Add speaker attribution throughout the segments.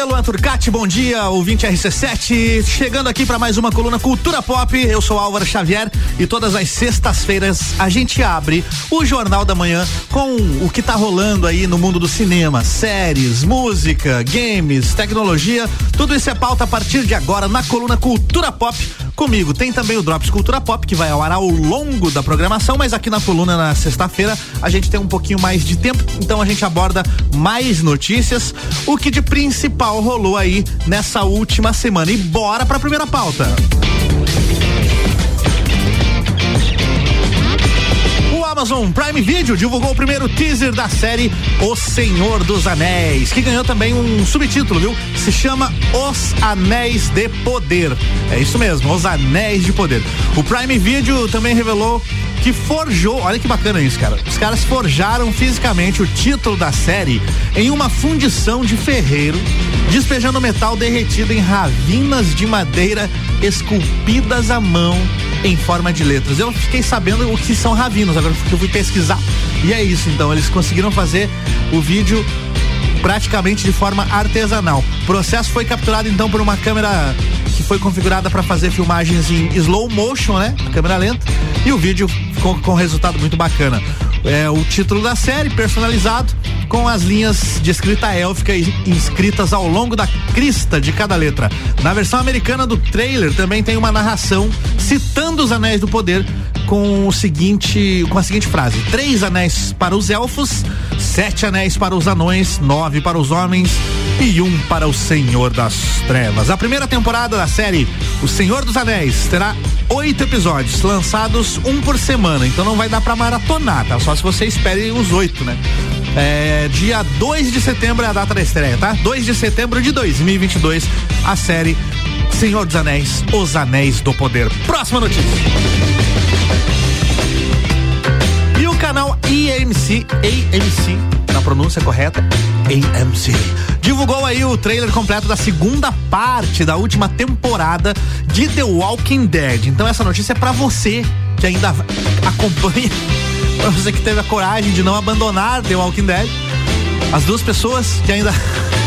Speaker 1: dia, Luan Turcati, bom dia, ouvinte RC7, chegando aqui para mais uma coluna Cultura Pop. Eu sou Álvaro Xavier e todas as sextas-feiras a gente abre o Jornal da Manhã com o que tá rolando aí no mundo do cinema, séries, música, games, tecnologia, tudo isso é pauta a partir de agora na coluna Cultura Pop. Comigo tem também o Drops Cultura Pop, que vai ao ar ao longo da programação, mas aqui na coluna na sexta-feira a gente tem um pouquinho mais de tempo, então a gente aborda mais notícias, o que de principal rolou aí nessa última semana. E bora pra primeira pauta. Amazon Prime Video divulgou o primeiro teaser da série O Senhor dos Anéis, que ganhou também um subtítulo, viu? Se chama Os Anéis de Poder. É isso mesmo, Os Anéis de Poder. O Prime Video também revelou que forjou, olha que bacana isso, cara. Os caras forjaram fisicamente o título da série em uma fundição de ferreiro, despejando metal derretido em ravinas de madeira esculpidas à mão em forma de letras. Eu fiquei sabendo o que são ravinos, agora que eu fui pesquisar. E é isso, então, eles conseguiram fazer o vídeo praticamente de forma artesanal. O processo foi capturado então por uma câmera que foi configurada para fazer filmagens em slow motion, né? Câmera lenta. E o vídeo ficou com um resultado muito bacana. É o título da série, personalizado, com as linhas de escrita élfica inscritas ao longo da crista de cada letra. Na versão americana do trailer também tem uma narração citando os Anéis do Poder com a seguinte frase: 3 anéis para os elfos, 7 anéis para os anões, 9 para os homens e 1 para o Senhor das Trevas. A primeira temporada da série O Senhor dos Anéis terá 8 episódios, lançados um por semana, então não vai dar pra maratonar, tá? Só se você espere os 8, né? Dia 2 de setembro é a data da estreia, tá? 2 de setembro de 2022, a série Senhor dos Anéis, Os Anéis do Poder. Próxima notícia. E o canal AMC, na pronúncia correta, AMC, divulgou aí o trailer completo da segunda parte da última temporada de The Walking Dead. Então essa notícia é pra você que ainda acompanha, pra você que teve a coragem de não abandonar The Walking Dead, as duas pessoas que ainda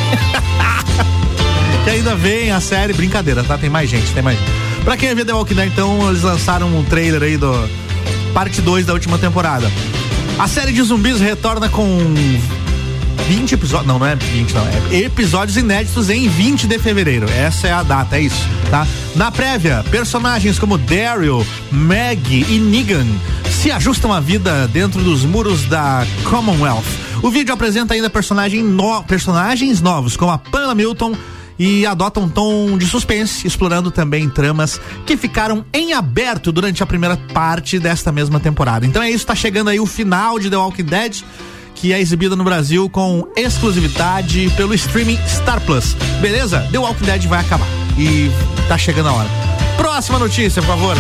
Speaker 1: que ainda veem a série, brincadeira, tá? Tem mais gente. Pra quem vê The Walking Dead, então, eles lançaram um trailer aí do parte 2 da última temporada. A série de zumbis retorna com 20 episódios, não é 20 não, é episódios inéditos em 20 de fevereiro, essa é a data, é isso, tá? Na prévia, personagens como Daryl, Maggie e Negan se ajustam à vida dentro dos muros da Commonwealth. O vídeo apresenta ainda personagens novos, como a Pamela Milton, e adota um tom de suspense, explorando também tramas que ficaram em aberto durante a primeira parte desta mesma temporada. Então é isso, tá chegando aí o final de The Walking Dead, que é exibida no Brasil com exclusividade pelo streaming Star Plus. Beleza? The Walking Dead vai acabar e tá chegando a hora. Próxima notícia, por favor.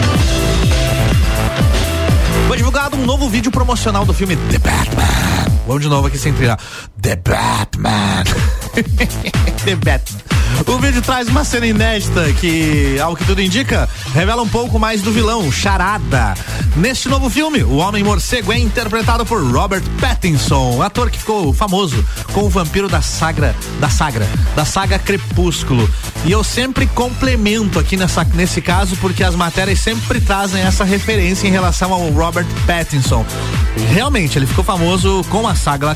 Speaker 1: Foi divulgado um novo vídeo promocional do filme The Batman. Vamos de novo aqui sem trilhar. The Batman. The Batman. O vídeo traz uma cena inédita que, ao que tudo indica, revela um pouco mais do vilão, Charada. Neste novo filme, o Homem-Morcego é interpretado por Robert Pattinson, ator que ficou famoso com o vampiro da saga Crepúsculo. E eu sempre complemento aqui nesse caso, porque as matérias sempre trazem essa referência em relação ao Robert Pattinson. Realmente, ele ficou famoso com a saga.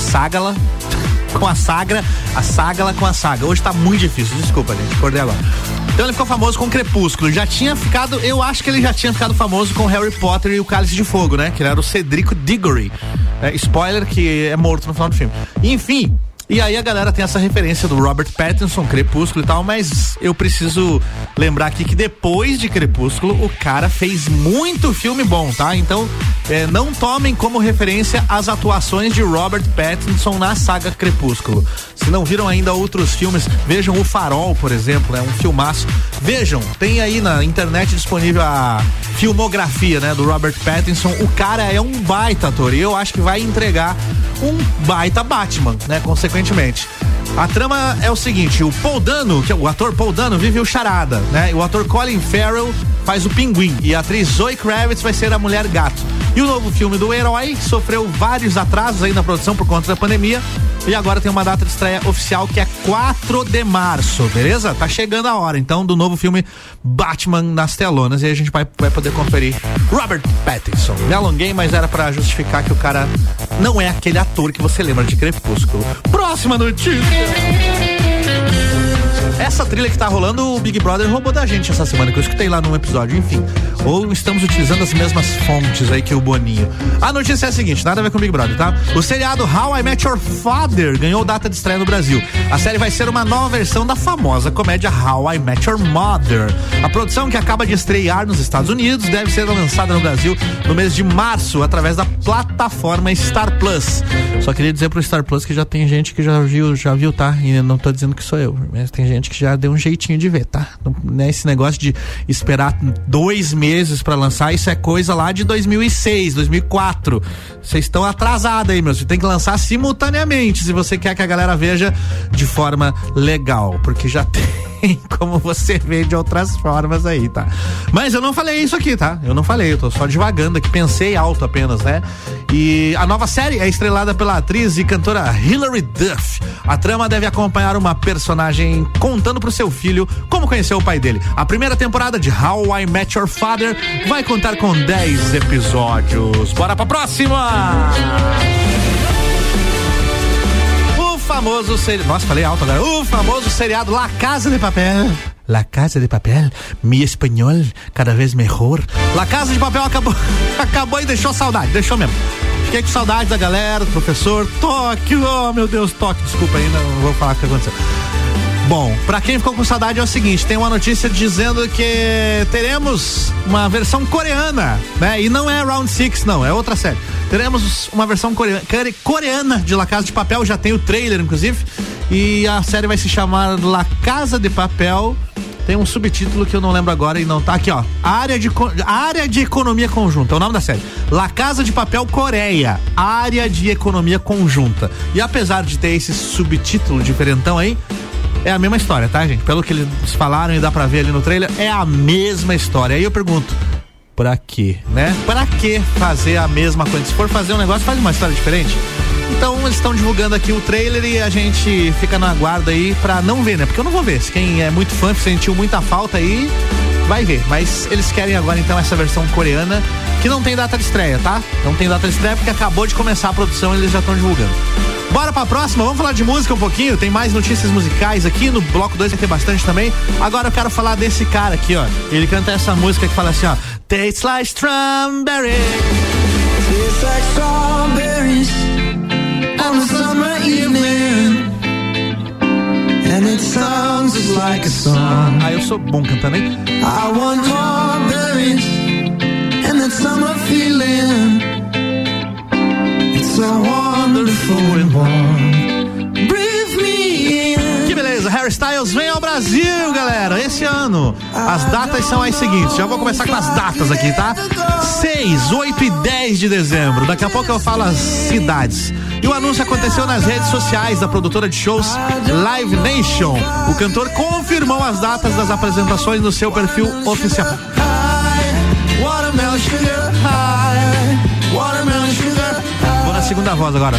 Speaker 1: Hoje tá muito difícil, desculpa, gente, acordei agora. Então ele ficou famoso com Crepúsculo. Eu acho que ele já tinha ficado famoso com Harry Potter e o Cálice de Fogo, né? Que ele era o Cedrico Diggory. Spoiler, que é morto no final do filme. Enfim. E aí a galera tem essa referência do Robert Pattinson, Crepúsculo e tal, mas eu preciso lembrar aqui que depois de Crepúsculo, o cara fez muito filme bom, tá? Então, não tomem como referência as atuações de Robert Pattinson na saga Crepúsculo. Se não viram ainda outros filmes, vejam O Farol, por exemplo, é um filmaço. Vejam, tem aí na internet disponível a filmografia, né, do Robert Pattinson. O cara é um baita ator e eu acho que vai entregar um baita Batman, né, consequentemente. A trama é o seguinte: o Paul Dano, que é o ator Paul Dano, vive o Charada, né? E o ator Colin Farrell faz o Pinguim e a atriz Zoe Kravitz vai ser a Mulher Gato. E o novo filme do herói sofreu vários atrasos aí na produção por conta da pandemia, E agora tem uma data de estreia oficial que é 4 de março, beleza? Tá chegando a hora, então, do novo filme Batman nas telonas, e aí a gente vai poder conferir Robert Pattinson. Me alonguei, mas era pra justificar que o cara não é aquele ator que você lembra de Crepúsculo. Próxima notícia. Essa trilha que tá rolando, o Big Brother roubou da gente essa semana, que eu escutei lá num episódio, enfim. Ou estamos utilizando as mesmas fontes aí que o Boninho. A notícia é a seguinte, nada a ver com o Big Brother, tá? O seriado How I Met Your Father ganhou data de estreia no Brasil. A série vai ser uma nova versão da famosa comédia How I Met Your Mother. A produção, que acaba de estrear nos Estados Unidos, deve ser lançada no Brasil no mês de março, através da plataforma Star Plus. Só queria dizer pro Star Plus que já tem gente que já viu, tá? E não tô dizendo que sou eu, mas tem gente que já deu um jeitinho de ver, tá? Não é esse negócio de esperar 2 meses pra lançar, isso é coisa lá de 2006, 2004. Vocês estão atrasados aí, meus. Você tem que lançar simultaneamente, se você quer que a galera veja de forma legal, porque já tem como você vê de outras formas aí, tá? Mas eu não falei isso aqui, tá? Eu não falei, eu tô só divagando aqui, pensei alto apenas, né? E a nova série é estrelada pela atriz e cantora Hilary Duff. A trama deve acompanhar uma personagem contando pro seu filho como conheceu o pai dele. A primeira temporada de How I Met Your Father vai contar com 10 episódios. Bora pra próxima! Famoso seriado. Nossa, falei alto agora. O famoso seriado La Casa de Papel. La Casa de Papel, mi espanhol cada vez melhor. La Casa de Papel acabou e deixou saudade, deixou mesmo. Fiquei com saudade da galera, do professor. Toque, oh meu Deus, toque. Desculpa aí, não vou falar o que aconteceu. Bom, pra quem ficou com saudade é o seguinte, tem uma notícia dizendo que teremos uma versão coreana, né? E não é Round 6, não, é outra série. Teremos uma versão coreana de La Casa de Papel, já tem o trailer, inclusive, e a série vai se chamar La Casa de Papel. Tem um subtítulo que eu não lembro agora e não tá aqui, ó. Área de Economia Conjunta, é o nome da série. La Casa de Papel Coreia, Área de Economia Conjunta. E apesar de ter esse subtítulo diferentão aí, é a mesma história, tá, gente? Pelo que eles falaram e dá pra ver ali no trailer, é a mesma história. Aí eu pergunto, pra quê, né? Pra que fazer a mesma coisa? Se for fazer um negócio, faz uma história diferente. Então eles estão divulgando aqui o trailer e a gente fica na guarda aí pra não ver, né? Porque eu não vou ver. Se quem é muito fã, sentiu muita falta aí, vai ver. Mas eles querem agora então essa versão coreana, que não tem data de estreia, tá? Não tem data de estreia porque acabou de começar a produção e eles já estão divulgando. Bora pra próxima, vamos falar de música um pouquinho, tem mais notícias musicais aqui, no bloco 2 vai ter bastante também. Agora eu quero falar desse cara aqui, ó, ele canta essa música que fala assim, ó, Tastes like strawberries, tastes like strawberries on a summer evening, and it sounds just like a song. Ah, eu sou bom cantando, hein? I want more berries and that summer feeling, it's so wonderful and warm. Breathe me in. Que beleza, Harry Styles vem ao Brasil, galera, esse ano. As datas são as seguintes, já vou começar com as datas aqui, tá? 6, 8 e 10 de dezembro, daqui a pouco eu falo as cidades. E o anúncio aconteceu nas redes sociais da produtora de shows Live Nation. O cantor confirmou as datas das apresentações no seu perfil oficial. Vou na segunda voz agora.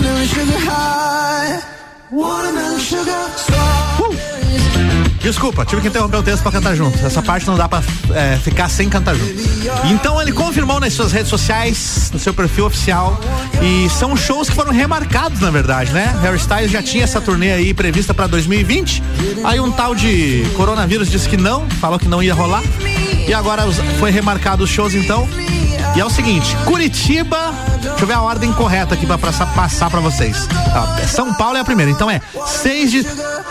Speaker 1: Desculpa, tive que interromper o texto pra cantar junto. Essa parte não dá pra ficar sem cantar junto. Então ele confirmou nas suas redes sociais, no seu perfil oficial, e são shows que foram remarcados, na verdade, né? Harry Styles já tinha essa turnê aí prevista pra 2020, aí um tal de coronavírus disse que não, falou que não ia rolar, e agora foi remarcado os shows então. E é o seguinte, Curitiba, deixa eu ver a ordem correta aqui pra passar pra vocês. São Paulo é a primeira, então é 6 de...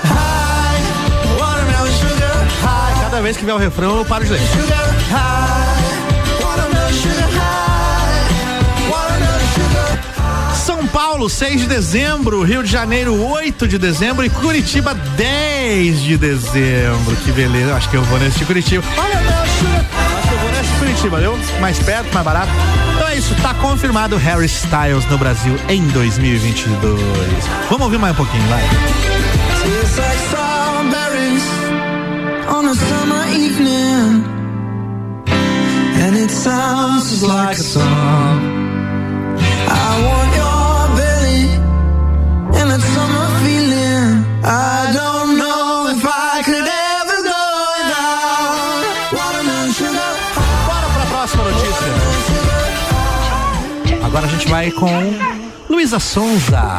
Speaker 1: Cada vez que vier o refrão eu paro de ler. São Paulo, 6 de dezembro, Rio de Janeiro, 8 de dezembro e Curitiba, 10 de dezembro. Que beleza, acho que eu vou nesse de Curitiba. Olha, acho que eu vou nesse de Curitiba, viu? Mais perto, mais barato. Então é isso, tá confirmado Harry Styles no Brasil em 2022. Vamos ouvir mais um pouquinho, vai. On a summer evening, and it sounds just like a song. I want your belly, and it's Agora a gente vai com Luísa Sonza.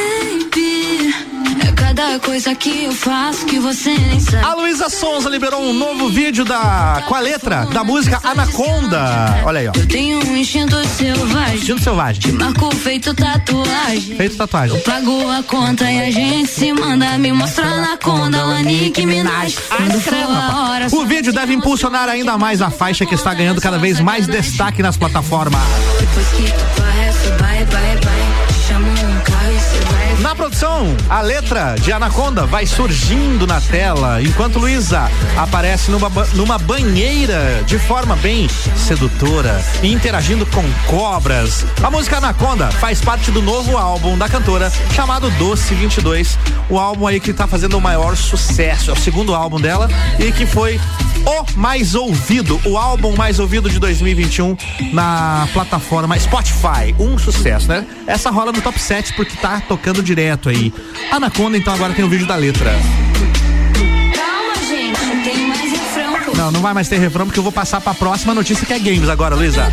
Speaker 2: Cada coisa que eu faço que você nem sabe.
Speaker 1: A Luísa Sonza liberou um novo vídeo com a letra da música Anaconda. Olha aí, ó.
Speaker 2: Eu tenho um instinto selvagem.
Speaker 1: Instinto selvagem.
Speaker 2: Marco feito tatuagem.
Speaker 1: Feito tatuagem.
Speaker 2: Eu pago a conta e a gente se manda me mostrar Anaconda, o Nicki Minaj. Quando for a hora.
Speaker 1: O vídeo deve impulsionar ainda mais a faixa que está ganhando cada vez mais destaque nas plataformas.
Speaker 2: Depois que tu parece, vai. Chama um carro e cê vai.
Speaker 1: Na produção, a letra de Anaconda vai surgindo na tela, enquanto Luísa aparece numa banheira de forma bem sedutora e interagindo com cobras. A música Anaconda faz parte do novo álbum da cantora, chamado Doce 22, o álbum aí que tá fazendo o maior sucesso, é o segundo álbum dela e que foi o mais ouvido, o álbum mais ouvido de 2021 na plataforma Spotify. Um sucesso, né? Essa rola no top 7 porque tá tocando direto aí. Anaconda, então agora tem o vídeo da letra.
Speaker 2: Calma, gente, tem mais refrão.
Speaker 1: Não vai mais ter refrão porque eu vou passar pra próxima notícia que é games agora, Luísa.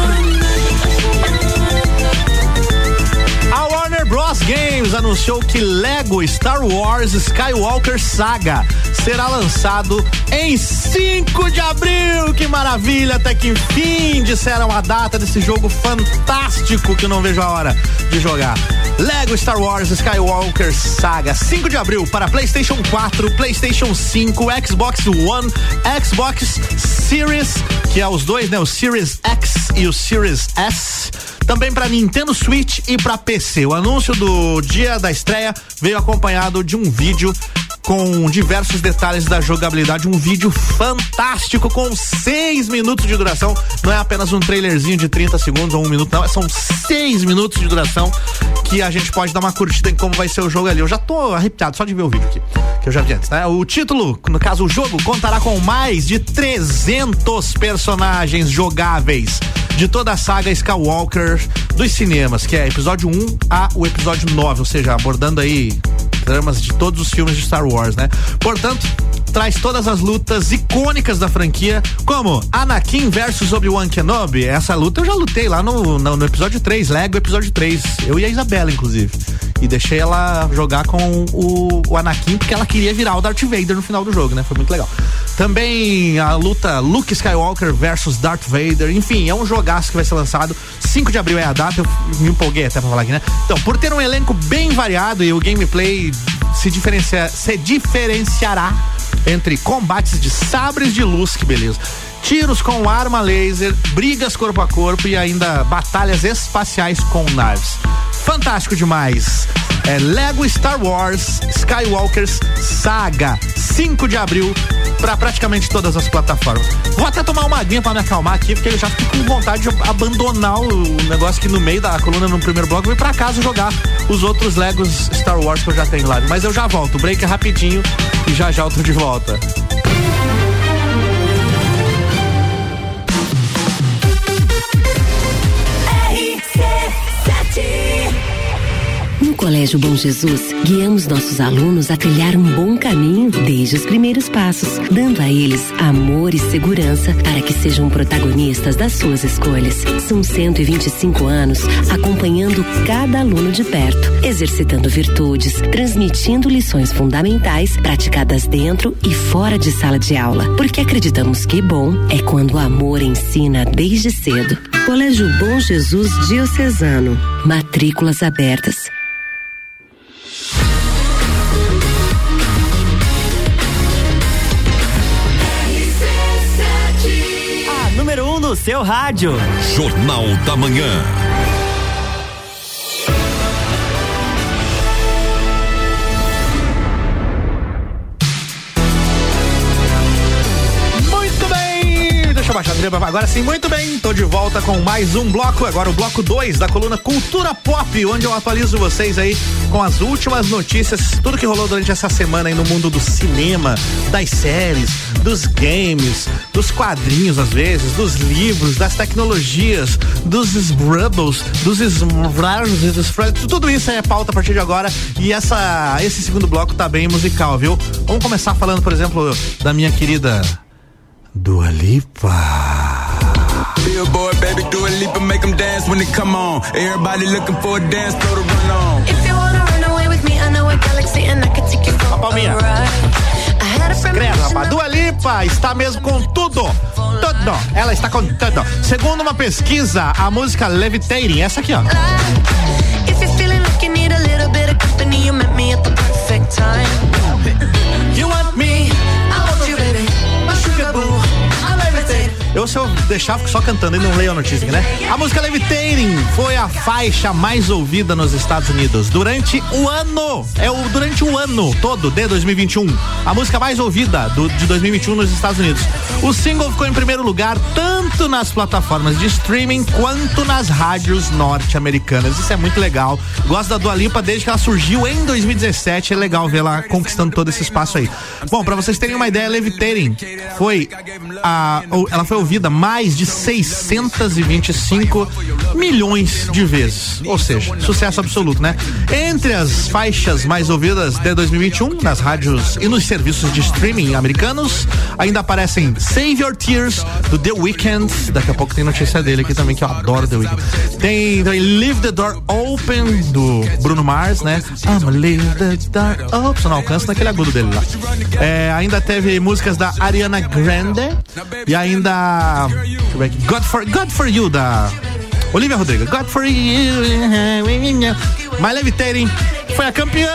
Speaker 1: A Warner Bros. Games anunciou que Lego Star Wars Skywalker Saga será lançado em 5 de abril. Que maravilha, até que enfim disseram a data desse jogo fantástico que eu não vejo a hora de jogar. Lego Star Wars Skywalker Saga, 5 de abril para PlayStation 4, PlayStation 5, Xbox One, Xbox Series, que é os dois, né? O Series X e o Series S. Também para Nintendo Switch e para PC. O anúncio do dia da estreia veio acompanhado de um vídeo com diversos detalhes da jogabilidade, um vídeo fantástico com 6 minutos de duração. Não é apenas um trailerzinho de 30 segundos ou 1 minuto, não, são 6 minutos de duração que a gente pode dar uma curtida em como vai ser o jogo ali. Eu já tô arrepiado só de ver o vídeo aqui, que eu já vi antes, né? O título, no caso o jogo, contará com mais de 300 personagens jogáveis de toda a saga Skywalker dos cinemas, que é episódio 1 a o episódio 9, ou seja, abordando aí tramas de todos os filmes de Star Wars, né? Portanto, traz todas as lutas icônicas da franquia, como Anakin versus Obi-Wan Kenobi. Essa luta eu já lutei lá no episódio 3, Lego episódio 3, eu e a Isabela, inclusive. E deixei ela jogar com o Anakin, porque ela queria virar o Darth Vader no final do jogo, né? Foi muito legal. Também a luta Luke Skywalker versus Darth Vader. Enfim, é um jogaço que vai ser lançado. 5 de abril é a data, eu me empolguei até pra falar aqui, né? Então, por ter um elenco bem variado e o gameplay se diferenciará entre combates de sabres de luz, que beleza, tiros com arma laser, brigas corpo a corpo e ainda batalhas espaciais com naves. Fantástico demais. É Lego Star Wars Skywalker's Saga, 5 de abril para praticamente todas as plataformas. Vou até tomar uma aguinha para me acalmar aqui, porque eu já fico com vontade de abandonar o negócio aqui no meio da coluna no primeiro bloco e ir pra casa jogar os outros Legos Star Wars que eu já tenho lá. Mas eu já volto, o break é rapidinho e já eu tô de volta.
Speaker 3: No Colégio Bom Jesus, guiamos nossos alunos a trilhar um bom caminho desde os primeiros passos, dando a eles amor e segurança para que sejam protagonistas das suas escolhas. São 125 anos acompanhando cada aluno de perto, exercitando virtudes, transmitindo lições fundamentais praticadas dentro e fora de sala de aula, porque acreditamos que bom é quando o amor ensina desde cedo. Colégio Bom Jesus Diocesano. Matrículas abertas.
Speaker 4: Número 1 no seu rádio.
Speaker 5: Jornal da Manhã.
Speaker 1: Deixa eu baixar a trilha agora sim, muito bem, tô de volta com mais um bloco, agora o bloco 2 da coluna Cultura Pop, onde eu atualizo vocês aí com as últimas notícias, tudo que rolou durante essa semana aí no mundo do cinema, das séries, dos games, dos quadrinhos às vezes, dos livros, das tecnologias, dos Sbrubbles, dos tudo isso é pauta a partir de agora e esse segundo bloco tá bem musical, viu? Vamos começar falando, por exemplo, da minha querida Dua Lipa.
Speaker 6: Billboard, baby, do a leap and make them dance when they come on. Everybody looking for a dance floor to run on.
Speaker 2: If you wanna run away with me, I know a galaxy and I can take you for a ride.
Speaker 1: Credo, rapaz. Dua Lipa está mesmo com tudo. Tudo. Ela está com tudo. Segundo uma pesquisa, a música Levitating, essa aqui, ó.
Speaker 2: If you're feeling like you need a little bit of company, you met me at the perfect time.
Speaker 1: You want me,
Speaker 2: I want you, baby. My sugar boo, I'm levitating.
Speaker 1: Se eu deixar, fico só cantando e não leio a notícia, né? A música Levitating foi a faixa mais ouvida nos Estados Unidos durante o ano. Durante o ano todo de 2021. A música mais ouvida de 2021 nos Estados Unidos. O single ficou em primeiro lugar tanto nas plataformas de streaming quanto nas rádios norte-americanas. Isso é muito legal. Gosto da Dua Lipa desde que ela surgiu em 2017. É legal ver ela conquistando todo esse espaço aí. Bom, pra vocês terem uma ideia, Levitating ela foi ouvida mais de 625 milhões de vezes. Ou seja, sucesso absoluto, né? Entre as faixas mais ouvidas de 2021 nas rádios e nos serviços de streaming americanos, ainda aparecem Save Your Tears do The Weeknd. Daqui a pouco tem notícia dele aqui também, que eu adoro The Weeknd. Tem Leave the Door Open do Bruno Mars, né? I'ma leave the door open. Só não alcança naquele agudo dele lá. Ainda teve músicas da Ariana Grande e ainda God for You da Olivia Rodrigo. God for You. My Levitating foi a campeã.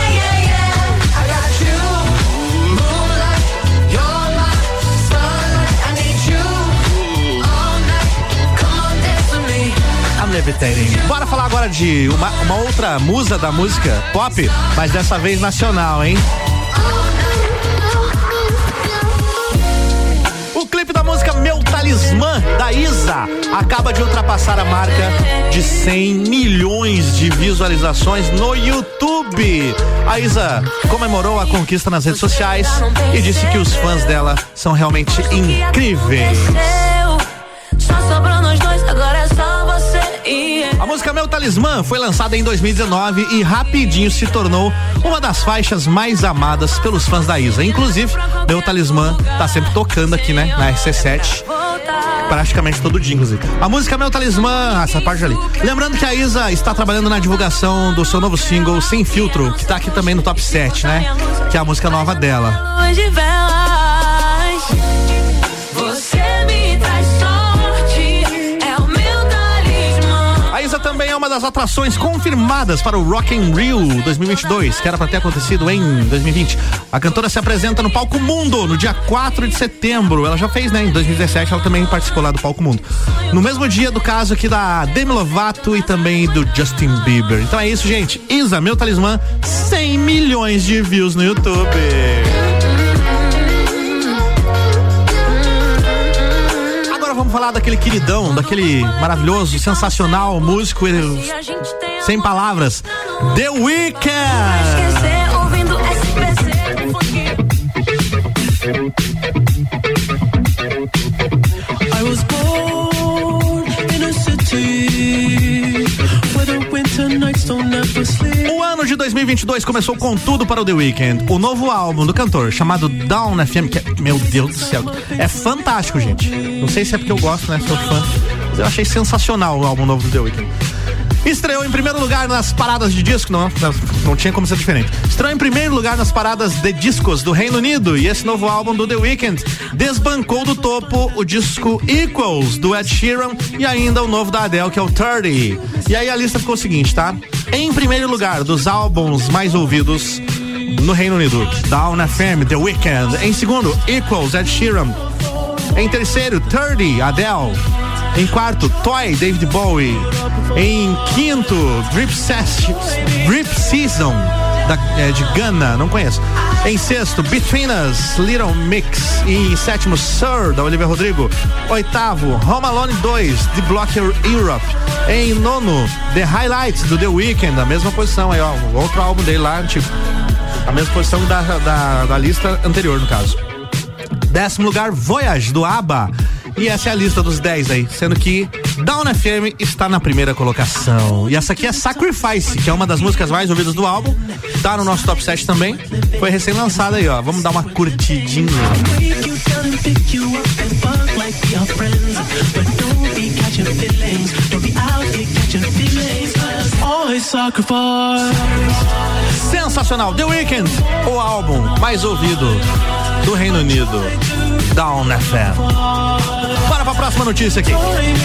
Speaker 1: I'm Levitating. Bora falar agora de uma outra musa da música pop, mas dessa vez nacional, hein? O clipe da música Meu Talismã, da Isa, acaba de ultrapassar a marca de 100 milhões de visualizações no YouTube. A Isa comemorou a conquista nas redes sociais e disse que os fãs dela são realmente incríveis.
Speaker 2: Só sobrou nós dois, agora é só você e eu.
Speaker 1: A música Meu Talismã foi lançada em 2019 e rapidinho se tornou uma das faixas mais amadas pelos fãs da Isa. Inclusive, Meu Talismã tá sempre tocando aqui, né, na RC7. Praticamente todo dia, inclusive. A música Meu Talismã, essa parte ali. Lembrando que a Isa está trabalhando na divulgação do seu novo single Sem Filtro, que tá aqui também no top 7, né? Que é a música nova dela. A Isa também é uma das atrações confirmadas para o Rock in Rio 2022, que era para ter acontecido em 2020. A cantora se apresenta no Palco Mundo no dia 4 de setembro. Ela já fez, né? Em 2017 ela também participou lá do Palco Mundo. No mesmo dia do caso aqui da Demi Lovato e também do Justin Bieber. Então é isso, gente. Isa, Meu Talismã, 100 milhões de views no YouTube. Vamos falar daquele queridão, daquele maravilhoso, sensacional músico, sem palavras, The Weeknd. I was born in a city where the winter nights don't ever sleep. O ano de 2022 começou com tudo para o The Weeknd. O novo álbum do cantor, chamado Down FM, que meu Deus do céu, é fantástico, gente. Não sei se é porque eu gosto, né? Sou fã. Mas eu achei sensacional o álbum novo do The Weeknd. Estreou em primeiro lugar nas paradas de disco, não tinha como ser diferente. Estreou em primeiro lugar nas paradas de discos do Reino Unido, e esse novo álbum do The Weeknd desbancou do topo o disco Equals do Ed Sheeran e ainda o novo da Adele, que é o 30. E aí a lista ficou o seguinte, tá? Em primeiro lugar dos álbuns mais ouvidos no Reino Unido, Down FM, The Weeknd. Em segundo, Equals, Ed Sheeran. Em terceiro, 30, Adele. Em quarto, Toy, David Bowie. Em quinto, Drip Season de Ghana, não conheço. Em sexto, Between Us, Little Mix. E em sétimo, Sir, da Olivia Rodrigo. Oitavo, Home Alone 2, The Blocker Europe. Em nono, The Highlights, do The Weeknd, a mesma posição aí, ó, outro álbum dele lá, antigo. A mesma posição da lista anterior, no caso. Décimo lugar, Voyage, do ABBA. E essa é a lista dos 10 aí, sendo que Down FM está na primeira colocação. E essa aqui é Sacrifice, que é uma das músicas mais ouvidas do álbum. Tá no nosso top 7 também. Foi recém-lançada aí, ó. Vamos dar uma curtidinha. Sensacional, The Weeknd, o álbum mais ouvido do Reino Unido, Down FM. Bora pra próxima notícia aqui.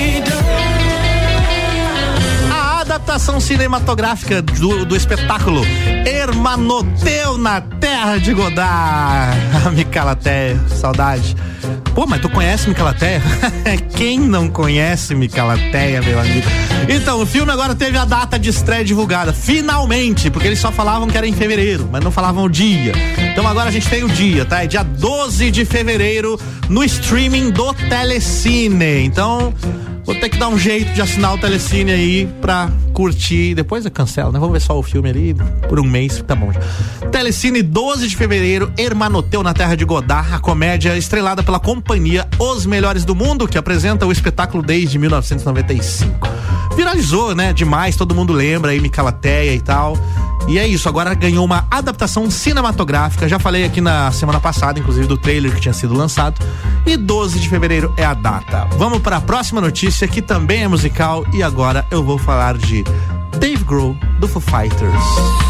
Speaker 1: A adaptação cinematográfica do espetáculo Hermanoteu na Terra de Godard. Micalateia, saudade. Pô, mas tu conhece Micalateia? Quem não conhece Micalateia, meu amigo? Então, o filme agora teve a data de estreia divulgada, finalmente, porque eles só falavam que era em fevereiro, mas não falavam o dia. Então agora a gente tem o dia, tá? É dia 12 de fevereiro no streaming do Telecine. Então, vou ter que dar um jeito de assinar o Telecine aí pra curtir. Depois eu cancelo, né? Vamos ver só o filme ali por um mês, tá bom. Telecine, 12 de fevereiro, Hermanoteu na Terra de Godard, a comédia estrelada pela companhia Os Melhores do Mundo, que apresenta o espetáculo desde 1995. Viralizou, né? Demais, todo mundo lembra aí, Micalateia e tal. E é isso, agora ganhou uma adaptação cinematográfica. Já falei aqui na semana passada, inclusive, do trailer que tinha sido lançado. E 12 de fevereiro é a data. Vamos para a próxima notícia, que também é musical. E agora eu vou falar de Dave Grohl, do Foo Fighters.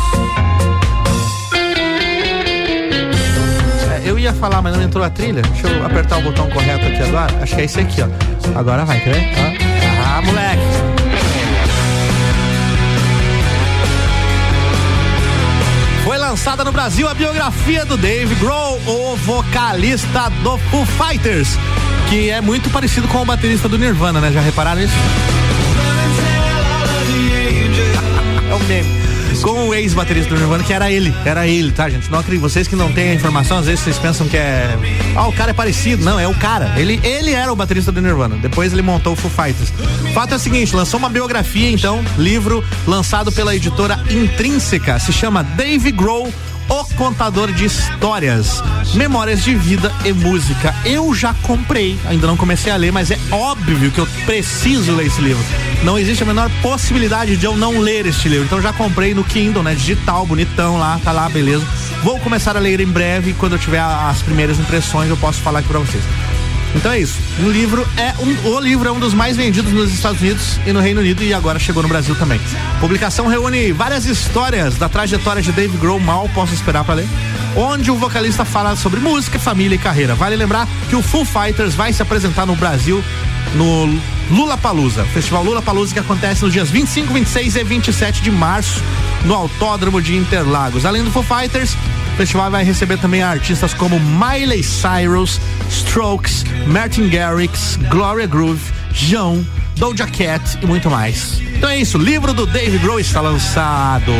Speaker 1: Eu ia falar, mas não entrou a trilha. Deixa eu apertar o botão correto aqui agora. Acho que é esse aqui, ó. Agora vai, quer ver? Ah, moleque! Foi lançada no Brasil a biografia do Dave Grohl, o vocalista do Foo Fighters, que é muito parecido com o baterista do Nirvana, né? Já repararam isso? É o meme. Com o ex-baterista do Nirvana, que era ele, tá, gente? Não acredito. Vocês que não têm a informação, às vezes vocês pensam que é... o cara é parecido. Não, é o cara. Ele era o baterista do Nirvana. Depois ele montou o Foo Fighters. O fato é o seguinte, lançou uma biografia, então, livro lançado pela editora Intrínseca. Se chama Dave Grohl, o Contador de Histórias, Memórias de Vida e Música. Eu já comprei, ainda não comecei a ler, mas é óbvio que eu preciso ler esse livro. Não existe a menor possibilidade de eu não ler este livro. Então já comprei no Kindle, né? Digital, bonitão lá, tá lá, beleza. Vou começar a ler em breve, quando eu tiver as primeiras impressões eu posso falar aqui pra vocês. Então é isso, o livro é um dos mais vendidos nos Estados Unidos e no Reino Unido, e agora chegou no Brasil também. A publicação reúne várias histórias da trajetória de Dave Grohl, mal posso esperar para ler, onde o vocalista fala sobre música, família e carreira. Vale lembrar que o Foo Fighters vai se apresentar no Brasil no Lollapalooza, Festival Lollapalooza, que acontece nos dias 25, 26 e 27 de março no Autódromo de Interlagos. Além do Foo Fighters, o festival vai receber também artistas como Miley Cyrus, Strokes, Martin Garrix, Gloria Groove, João, Doja Cat e muito mais. Então é isso, o livro do Dave Grohl está lançado.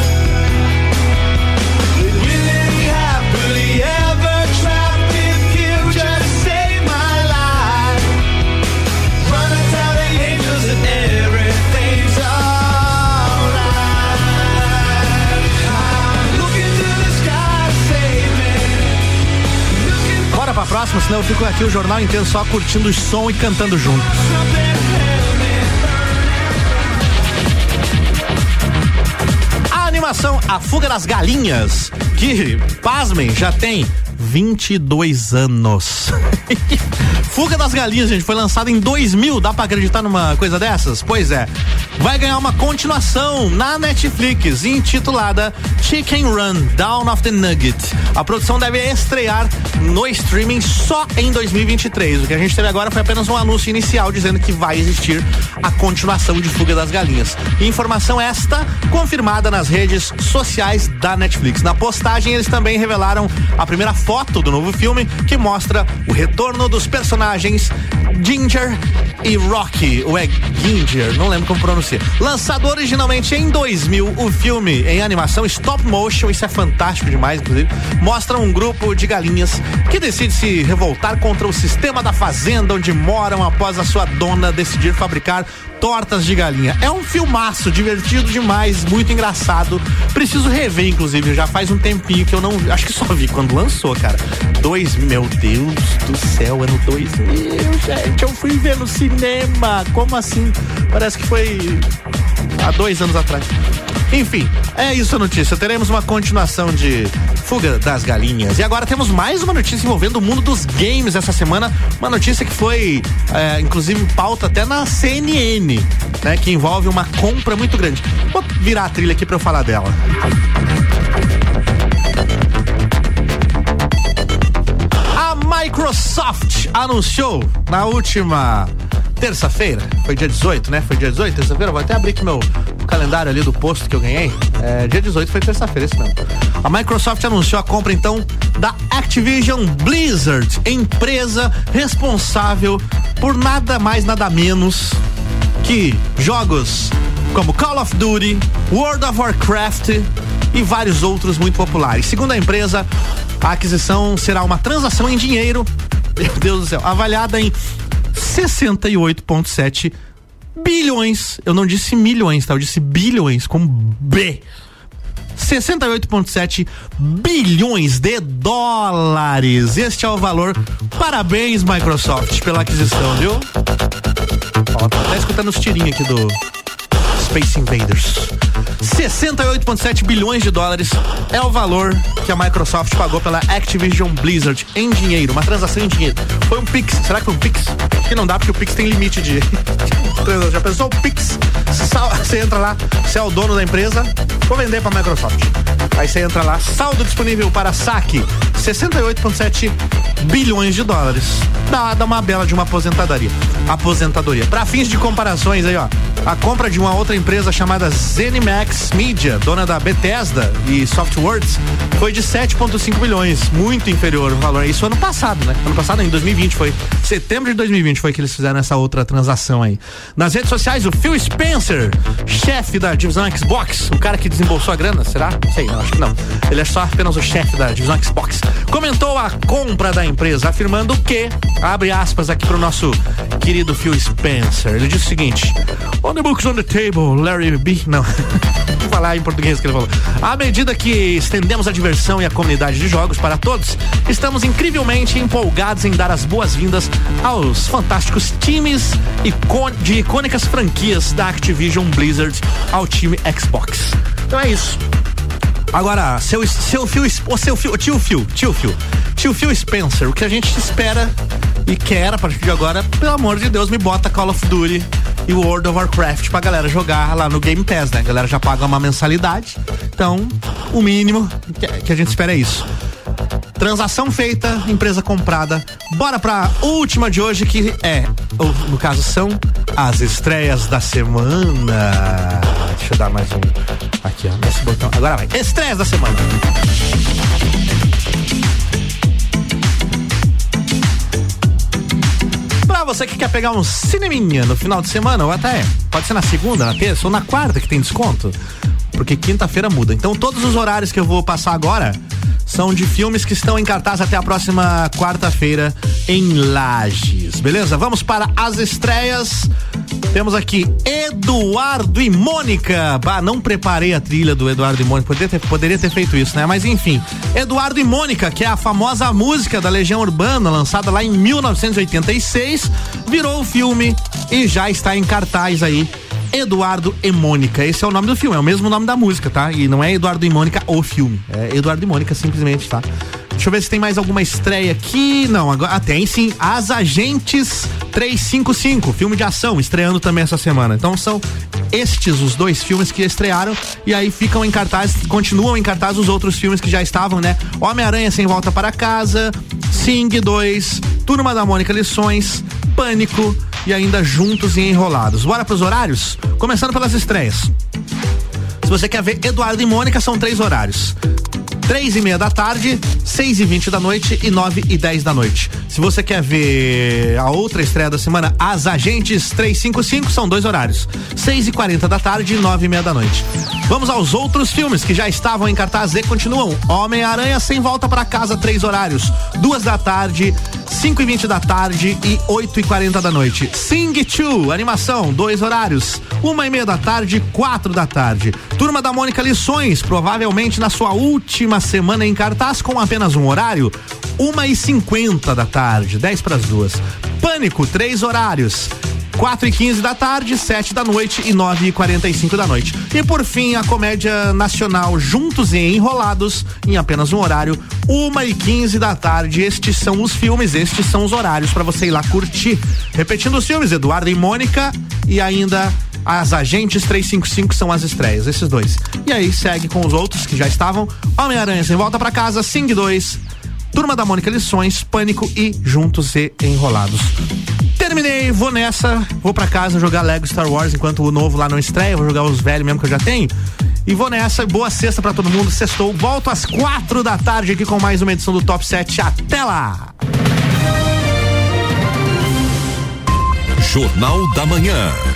Speaker 1: Pra próxima, senão eu fico aqui o jornal inteiro só curtindo o som e cantando juntos. A animação A Fuga das Galinhas, que, pasmem, já tem 22 anos. Fuga das Galinhas, gente, foi lançada em 2000, dá pra acreditar numa coisa dessas? Pois é, vai ganhar uma continuação na Netflix, intitulada Chicken Run, Dawn of the Nugget. A produção deve estrear no streaming só em 2023. O que a gente teve agora foi apenas um anúncio inicial dizendo que vai existir a continuação de Fuga das Galinhas. Informação esta confirmada nas redes sociais da Netflix. Na postagem eles também revelaram a primeira foto do novo filme, que mostra o retorno dos personagens Ginger e Rocky, ou é Ginger, não lembro como pronuncia. Lançado originalmente em 2000, o filme em animação stop motion, isso é fantástico demais, inclusive, mostra um grupo de galinhas que decide se revoltar contra o sistema da fazenda onde moram após a sua dona decidir fabricar tortas de galinha. É um filmaço, divertido demais, muito engraçado. Preciso rever, inclusive, já faz um tempinho que eu não... Acho que só vi quando lançou, cara. Meu Deus do céu, ano 2000, gente. gente, eu fui ver no cinema. Como assim? Parece que foi há 2 anos atrás. Enfim, é isso a notícia. Teremos uma continuação de Fuga das Galinhas. E agora temos mais uma notícia envolvendo o mundo dos games essa semana. Uma notícia que foi, inclusive, pauta até na CNN, né? Que envolve uma compra muito grande. Vou virar a trilha aqui pra eu falar dela. A Microsoft anunciou na última terça-feira, foi dia 18, né? Foi dia 18, terça-feira, vou até abrir aqui meu calendário ali do posto que eu ganhei. Dia 18 foi terça-feira, esse mesmo. A Microsoft anunciou a compra, então, da Activision Blizzard, empresa responsável por nada mais, nada menos que jogos como Call of Duty, World of Warcraft e vários outros muito populares. Segundo a empresa, a aquisição será uma transação em dinheiro, meu Deus do céu, avaliada em 68,7 bilhões. Eu não disse milhões, tá? Eu disse bilhões com B. 68,7 bilhões de dólares. Este é o valor. Parabéns, Microsoft, pela aquisição, viu? Ó, tá até escutando os tirinhos aqui do Space Invaders. 68,7 bilhões de dólares é o valor que a Microsoft pagou pela Activision Blizzard em dinheiro, uma transação em dinheiro. Foi um Pix, será que foi um Pix? Que não dá, porque o Pix tem limite de... Já pensou o Pix? Você entra lá, você é o dono da empresa, vou vender pra Microsoft. Aí você entra lá, saldo disponível para saque, 68,7 bilhões de dólares. Dá uma bela de uma aposentadoria. Para fins de comparações aí, ó, a compra de uma outra empresa chamada ZeniMax Media, dona da Bethesda e Softworks, foi de 7,5 bilhões, muito inferior o valor. Isso ano passado, né? Ano passado, em 2020, foi setembro de 2020 foi que eles fizeram essa outra transação aí. Nas redes sociais, o Phil Spencer, chefe da divisão Xbox, o cara que desembolsou a grana, será? Não sei, não, acho que não. Ele é só apenas o chefe da divisão Xbox. Comentou a compra da empresa, afirmando que, abre aspas aqui pro nosso querido Phil Spencer, ele disse o seguinte: on the books on the table, Larry B. Não, vou falar em português que ele falou. À medida que estendemos a diversão e a comunidade de jogos para todos, estamos incrivelmente empolgados em dar as boas-vindas aos fantásticos times de icônicas franquias da Activision Blizzard ao time Xbox. Então é isso. Agora, tio Phil Spencer, o que a gente espera e quer a partir de agora, pelo amor de Deus, me bota Call of Duty e World of Warcraft pra galera jogar lá no Game Pass, né? A galera já paga uma mensalidade, então o mínimo que a gente espera é isso. Transação feita, empresa comprada. Bora pra última de hoje, que no caso são as estreias da semana. Deixa eu dar mais um aqui, ó, nesse botão. Agora vai, estreias da semana. Pra você que quer pegar um cineminha no final de semana, ou até pode ser na segunda, na terça ou na quarta que tem desconto, porque quinta-feira muda. Então todos os horários que eu vou passar agora são de filmes que estão em cartaz até a próxima quarta-feira em Lages, beleza? Vamos para as estreias. Temos aqui Eduardo e Mônica. Não preparei a trilha do Eduardo e Mônica, poderia ter feito isso, né? Mas enfim, Eduardo e Mônica, que é a famosa música da Legião Urbana, lançada lá em 1986, virou o filme e já está em cartaz aí. Eduardo e Mônica, esse é o nome do filme, é o mesmo nome da música, tá? E não é Eduardo e Mônica o filme, é Eduardo e Mônica simplesmente, tá? Deixa eu ver se tem mais alguma estreia aqui. Não, agora tem sim. As Agentes 355, filme de ação, estreando também essa semana. Então são estes os dois filmes que estrearam e aí ficam em cartaz, continuam em cartaz os outros filmes que já estavam, né? Homem-Aranha Sem Volta para Casa, Sing 2, Turma da Mônica Lições, Pânico e ainda Juntos e Enrolados. Bora pros horários? Começando pelas estreias. Se você quer ver Eduardo e Mônica, são 3 horários: 3:30 da tarde, 6:20 da noite e 9:10 da noite. Se você quer ver a outra estreia da semana, As Agentes 355, são 2 horários: 6:40 da tarde e 9:30 da noite. Vamos aos outros filmes que já estavam em cartaz e continuam. Homem-Aranha Sem Volta para Casa, 3 horários: 2 da tarde, 5:20 da tarde e 8:40 da noite. Sing 2, animação, 2 horários: 1:30 da tarde, 4 da tarde. Turma da Mônica Lições, provavelmente na sua última semana em cartaz com apenas um horário, 1:50 da tarde, 10 para as 2. Pânico, 3 horários. 4h15 da tarde, 7 da noite e 9h45 da noite. E por fim, a comédia nacional Juntos e Enrolados, em apenas um horário, 1h15 da tarde. Estes são os filmes, estes são os horários para você ir lá curtir. Repetindo os filmes, Eduardo e Mônica e ainda As Agentes 355 são as estreias, esses dois. E aí segue com os outros que já estavam: Homem-Aranha Sem Volta Pra Casa, Sing 2, Turma da Mônica Lições, Pânico e Juntos e Enrolados. Terminei, vou nessa, vou pra casa jogar Lego Star Wars enquanto o novo lá não estreia, vou jogar os velhos mesmo que eu já tenho. E vou nessa, boa sexta pra todo mundo, sextou, volto às 4 da tarde aqui com mais uma edição do Top 7, até lá!
Speaker 5: Jornal da Manhã.